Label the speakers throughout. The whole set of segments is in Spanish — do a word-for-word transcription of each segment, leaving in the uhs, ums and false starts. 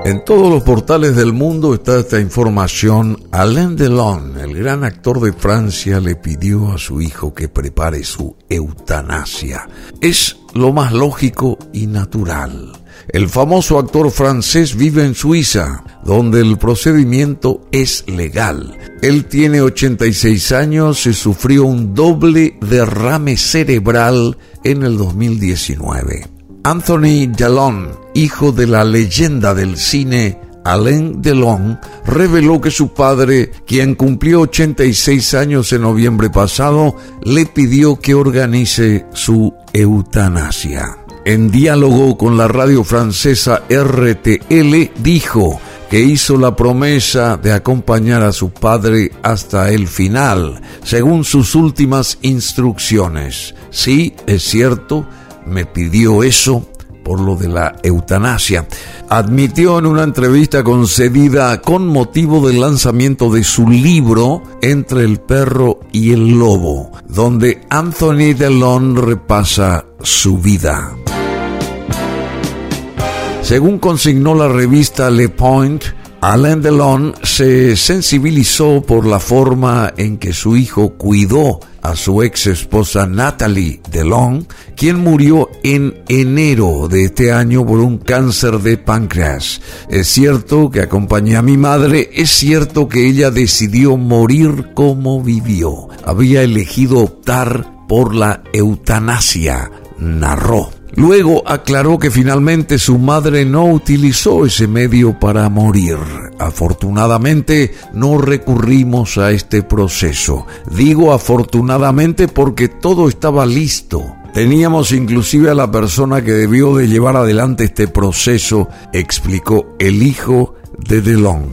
Speaker 1: En todos los portales del mundo está esta información. Alain Delon, el gran actor de Francia, le pidió a su hijo que prepare su eutanasia. Es lo más lógico y natural. El famoso actor francés vive en Suiza, donde el procedimiento es legal. Él tiene ochenta y seis años y sufrió un doble derrame cerebral en el dos mil diecinueve. Anthony Delon, hijo de la leyenda del cine Alain Delon, reveló que su padre, quien cumplió ochenta y seis años en noviembre pasado, le pidió que organice su eutanasia. En diálogo con la radio francesa R T L, dijo que hizo la promesa de acompañar a su padre hasta el final, según sus últimas instrucciones. Sí, es cierto, me pidió eso por lo de la eutanasia. Admitió en una entrevista concedida con motivo del lanzamiento de su libro Entre el perro y el lobo, donde Anthony Delon repasa su vida. Según consignó la revista Le Point, Alain Delon se sensibilizó por la forma en que su hijo cuidó a su ex esposa Nathalie Delon, quien murió en enero de este año por un cáncer de páncreas. Es cierto que acompañé a mi madre, es cierto que ella decidió morir como vivió. Había elegido optar por la eutanasia, narró. Luego aclaró que finalmente su madre no utilizó ese medio para morir. Afortunadamente no recurrimos a este proceso. Digo afortunadamente porque todo estaba listo. Teníamos inclusive a la persona que debió de llevar adelante este proceso, explicó el hijo de Delon.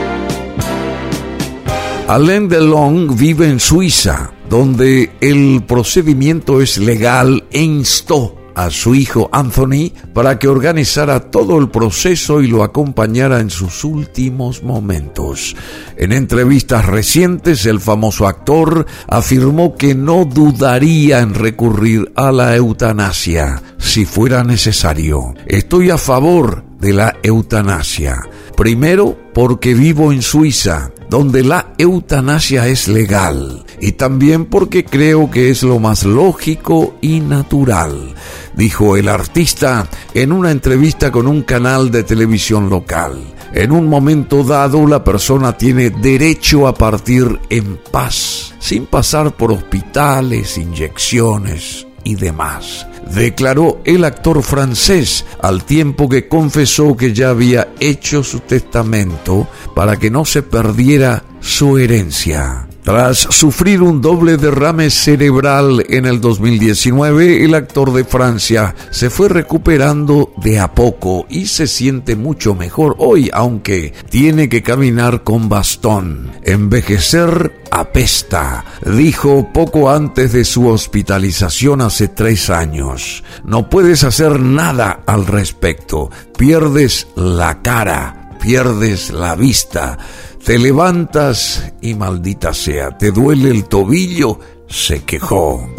Speaker 1: Alain Delon vive en Suiza, donde el procedimiento es legal, e instó a su hijo Anthony para que organizara todo el proceso y lo acompañara en sus últimos momentos. En entrevistas recientes, el famoso actor afirmó que no dudaría en recurrir a la eutanasia si fuera necesario. Estoy a favor de la eutanasia. Primero, porque vivo en Suiza, donde la eutanasia es legal, y también porque creo que es lo más lógico y natural, dijo el artista en una entrevista con un canal de televisión local. En un momento dado, la persona tiene derecho a partir en paz, sin pasar por hospitales, inyecciones y demás, declaró el actor francés, al tiempo que confesó que ya había hecho su testamento para que no se perdiera su herencia. Tras sufrir un doble derrame cerebral en el dos mil diecinueve, el actor de Francia se fue recuperando de a poco y se siente mucho mejor hoy, aunque tiene que caminar con bastón. Envejecer apesta, dijo poco antes de su hospitalización hace tres años. No puedes hacer nada al respecto. Pierdes la cara, pierdes la vista. Te levantas y maldita sea, te duele el tobillo, se quejó.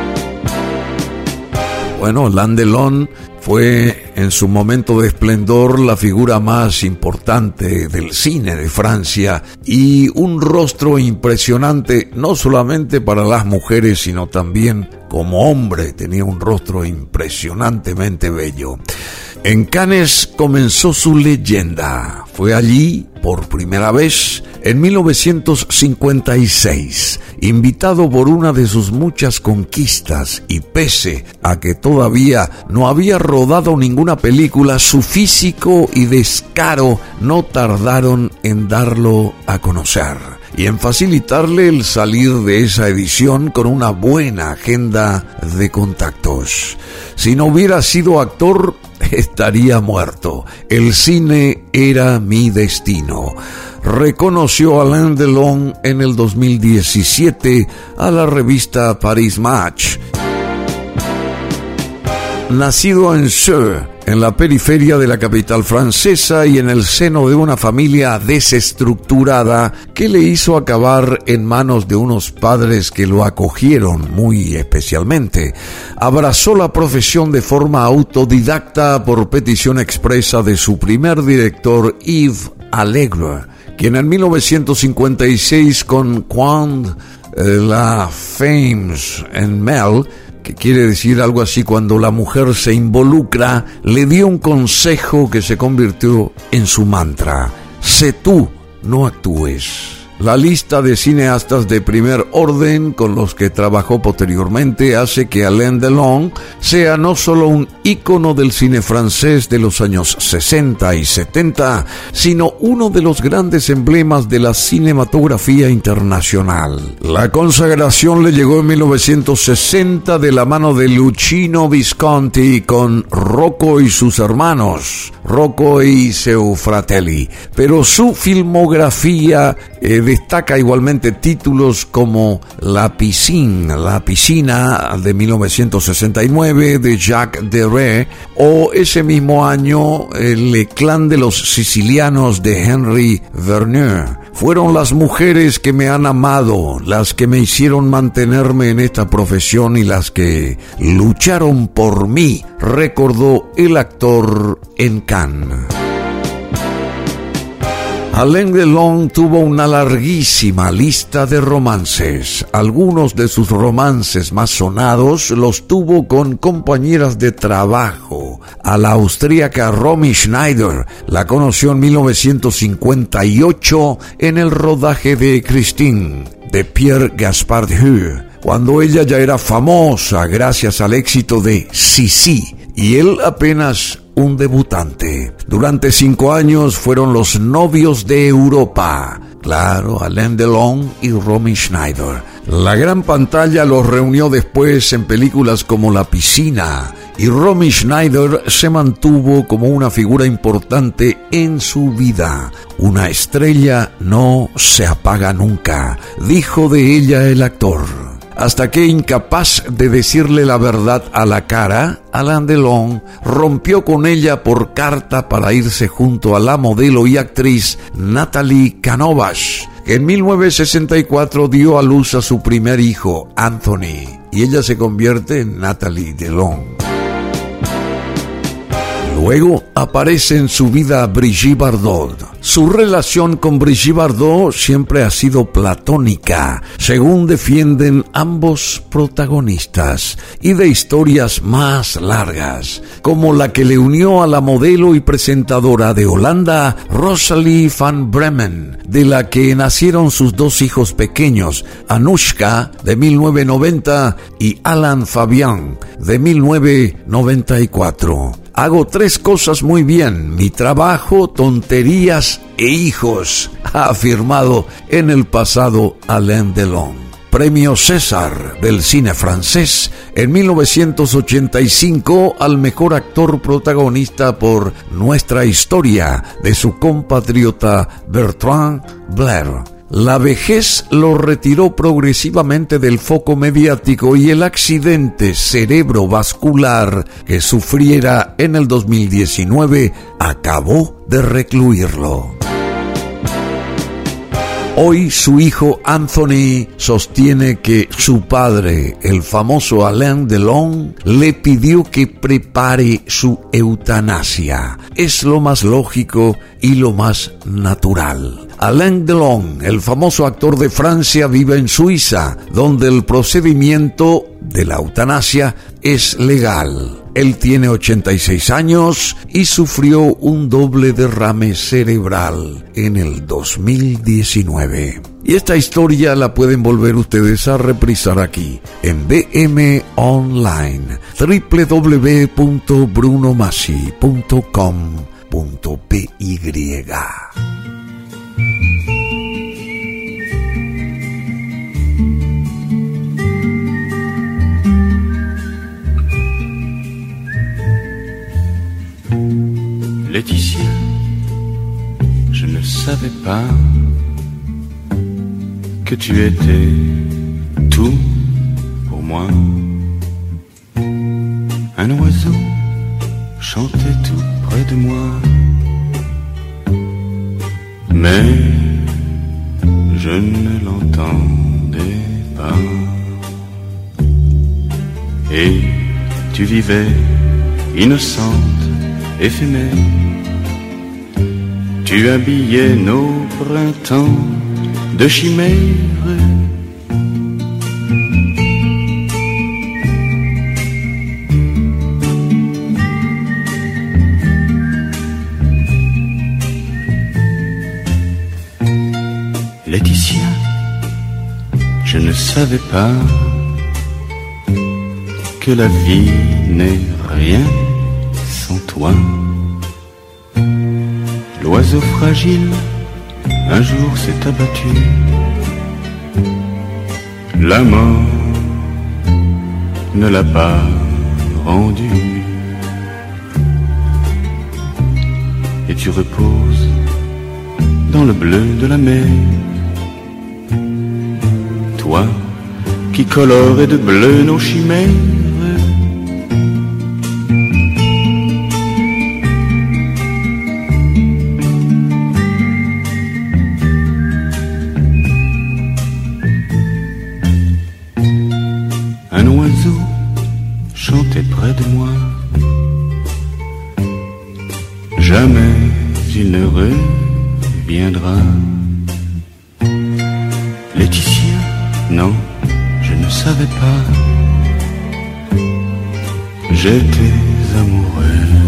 Speaker 1: Bueno, Alain Delon fue en su momento de esplendor la figura más importante del cine de Francia y un rostro impresionante, no solamente para las mujeres, sino también como hombre. Tenía un rostro impresionantemente bello. En Cannes comenzó su leyenda. Fue allí, por primera vez, en mil novecientos cincuenta y seis, invitado por una de sus muchas conquistas, y pese a que todavía no había rodado ninguna película, su físico y descaro no tardaron en darlo a conocer y en facilitarle el salir de esa edición con una buena agenda de contactos. Si no hubiera sido actor, estaría muerto. El cine era mi destino, reconoció Alain Delon en el dos mil diecisiete a la revista Paris Match. Nacido en Sceaux, en la periferia de la capital francesa y en el seno de una familia desestructurada que le hizo acabar en manos de unos padres que lo acogieron muy especialmente. Abrazó la profesión de forma autodidacta por petición expresa de su primer director, Yves Allègre, quien en mil novecientos cincuenta y seis con Quand la femme en mêle, que quiere decir algo así cuando la mujer se involucra, le dio un consejo que se convirtió en su mantra: sé tú, no actúes. La lista de cineastas de primer orden con los que trabajó posteriormente hace que Alain Delon sea no solo un ícono del cine francés de los años sesenta y setenta, sino uno de los grandes emblemas de la cinematografía internacional. La consagración le llegó en mil novecientos sesenta de la mano de Luchino Visconti con Rocco y sus hermanos, Rocco y seu fratelli, pero su filmografía eh, destaca igualmente títulos como La Piscine, La Piscina de mil novecientos sesenta y nueve de Jacques Deray, o ese mismo año Le Clan de los Sicilianos de Henry Verneuil. Fueron las mujeres que me han amado, las que me hicieron mantenerme en esta profesión y las que lucharon por mí, recordó el actor en Cannes. Alain Delon tuvo una larguísima lista de romances. Algunos de sus romances más sonados los tuvo con compañeras de trabajo. A la austríaca Romy Schneider la conoció en mil novecientos cincuenta y ocho en el rodaje de Christine, de Pierre Gaspard Hue, cuando ella ya era famosa gracias al éxito de Sisi y él apenas un debutante. Durante cinco años fueron los novios de Europa. Claro, Alain Delon y Romy Schneider. La gran pantalla los reunió después en películas como La Piscina, y Romy Schneider se mantuvo como una figura importante en su vida. Una estrella no se apaga nunca, dijo de ella el actor. Hasta que, incapaz de decirle la verdad a la cara, Alain Delon rompió con ella por carta para irse junto a la modelo y actriz Natalie Canovas, que en mil novecientos sesenta y cuatro dio a luz a su primer hijo, Anthony, y ella se convierte en Natalie Delon. Luego aparece en su vida Brigitte Bardot. Su relación con Brigitte Bardot siempre ha sido platónica, según defienden ambos protagonistas, y de historias más largas, como la que le unió a la modelo y presentadora de Holanda, Rosalie van Bremen, de la que nacieron sus dos hijos pequeños, Anushka, de mil novecientos noventa, y Alain Fabian, de mil novecientos noventa y cuatro. Hago tres cosas muy bien: mi trabajo, tonterías e hijos, ha afirmado en el pasado Alain Delon. Premio César del cine francés en mil novecientos ochenta y cinco al mejor actor protagonista por Nuestra Historia, de su compatriota Bertrand Blair. La vejez lo retiró progresivamente del foco mediático y el accidente cerebrovascular que sufriera en el dos mil diecinueve acabó de recluirlo. Hoy su hijo Anthony sostiene que su padre, el famoso Alain Delon, le pidió que prepare su eutanasia. Es lo más lógico y lo más natural. Alain Delon, el famoso actor de Francia, vive en Suiza, donde el procedimiento de la eutanasia es legal. Él tiene ochenta y seis años y sufrió un doble derrame cerebral en el dos mil diecinueve. Y esta historia la pueden volver ustedes a reprisar aquí en B M Online, doble u doble u doble u punto bruno masi punto com punto p y.
Speaker 2: Laetitia, je ne savais pas que tu étais tout pour moi. Un oiseau chantait tout près de moi. Mais je ne l'entendais pas. Et tu vivais innocente, éphémère. Tu habillais nos printemps de chimères. Laetitia, je ne savais pas que la vie n'est rien sans toi. L'oiseau fragile, un jour s'est abattu. La mort ne l'a pas rendu. Et tu reposes dans le bleu de la mer. Toi qui colorais de bleu nos chimères. Un oiseau chantait près de moi. Jamais il ne reviendra. Laetitia, non, je ne savais pas. J'étais amoureux.